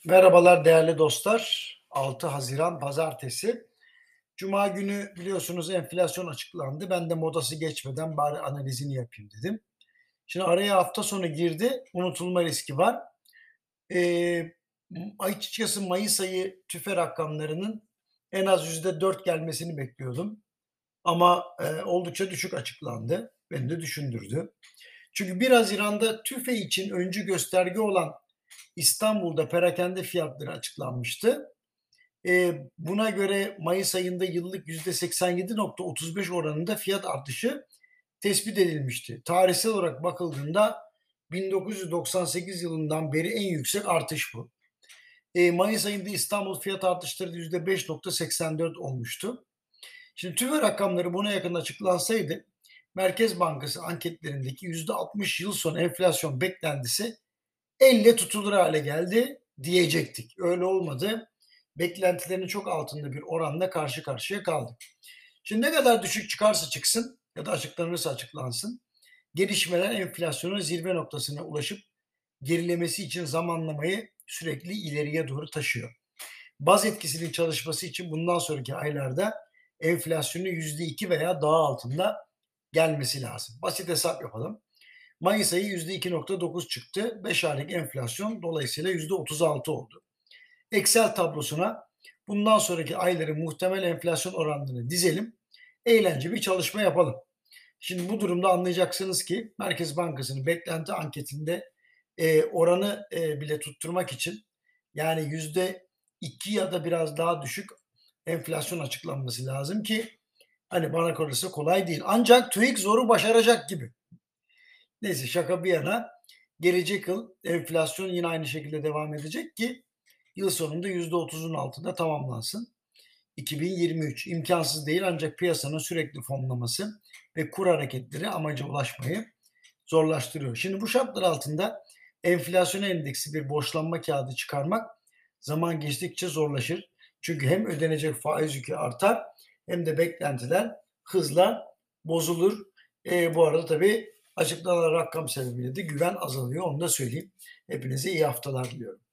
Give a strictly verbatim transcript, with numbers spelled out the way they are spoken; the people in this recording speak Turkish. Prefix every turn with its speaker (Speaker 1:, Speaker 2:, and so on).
Speaker 1: Merhabalar değerli dostlar. altı Haziran Pazartesi. Cuma günü biliyorsunuz enflasyon açıklandı. Ben de modası geçmeden bari analizini yapayım dedim. Şimdi araya hafta sonu girdi. Unutulma riski var. Eee, açıkçası Mayıs ayı tüfe rakamlarının en az yüzde dört gelmesini bekliyordum. Ama eee, oldukça düşük açıklandı. Beni de düşündürdü. Çünkü bir Haziran'da tüfe için öncü gösterge olan İstanbul'da perakende fiyatları açıklanmıştı. Eee, buna göre mayıs ayında yıllık yüzde seksen yedi nokta otuz beş oranında fiyat artışı tespit edilmişti. Tarihsel olarak bakıldığında bin dokuz yüz doksan sekiz yılından beri en yüksek artış bu. Eee, mayıs ayında İstanbul fiyat artışları yüzde beş nokta seksen dört olmuştu. Şimdi TÜFE rakamları buna yakın açıklansaydı Merkez Bankası anketlerindeki yüzde altmış yıl sonu enflasyon beklentisi elle tutulur hale geldi diyecektik. Öyle olmadı. Beklentilerin çok altında bir oranla karşı karşıya kaldık. Şimdi ne kadar düşük çıkarsa çıksın ya da açıklanırsa açıklansın, gelişmeler enflasyonun zirve noktasına ulaşıp gerilemesi için zamanlamayı sürekli ileriye doğru taşıyor. Baz etkisinin çalışması için bundan sonraki aylarda enflasyonun yüzde iki veya daha altında gelmesi lazım. Basit hesap yapalım. Mayıs ayı yüzde iki nokta dokuz çıktı. beş aylık enflasyon dolayısıyla yüzde otuz altı oldu. Excel tablosuna bundan sonraki ayların muhtemel enflasyon oranlarını dizelim. Eğlence bir çalışma yapalım. Şimdi bu durumda anlayacaksınız ki Merkez Bankası'nın beklenti anketinde e, oranı e, bile tutturmak için yani yüzde iki ya da biraz daha düşük enflasyon açıklanması lazım ki hani bana kalırsa kolay değil. Ancak TÜİK zoru başaracak gibi. Neyse şaka bir yana gelecek yıl enflasyon yine aynı şekilde devam edecek ki yıl sonunda yüzde otuzun altında tamamlansın. iki bin yirmi üç imkansız değil ancak piyasanın sürekli fonlaması ve kur hareketleri amaca ulaşmayı zorlaştırıyor. Şimdi bu şartlar altında enflasyon endeksi bir borçlanma kağıdı çıkarmak zaman geçtikçe zorlaşır. Çünkü hem ödenecek faiz yükü artar hem de beklentiler hızla bozulur. E, bu arada tabii açıklanan rakam sebebiyle de güven azalıyor. Onu da söyleyeyim. Hepinize iyi haftalar diliyorum.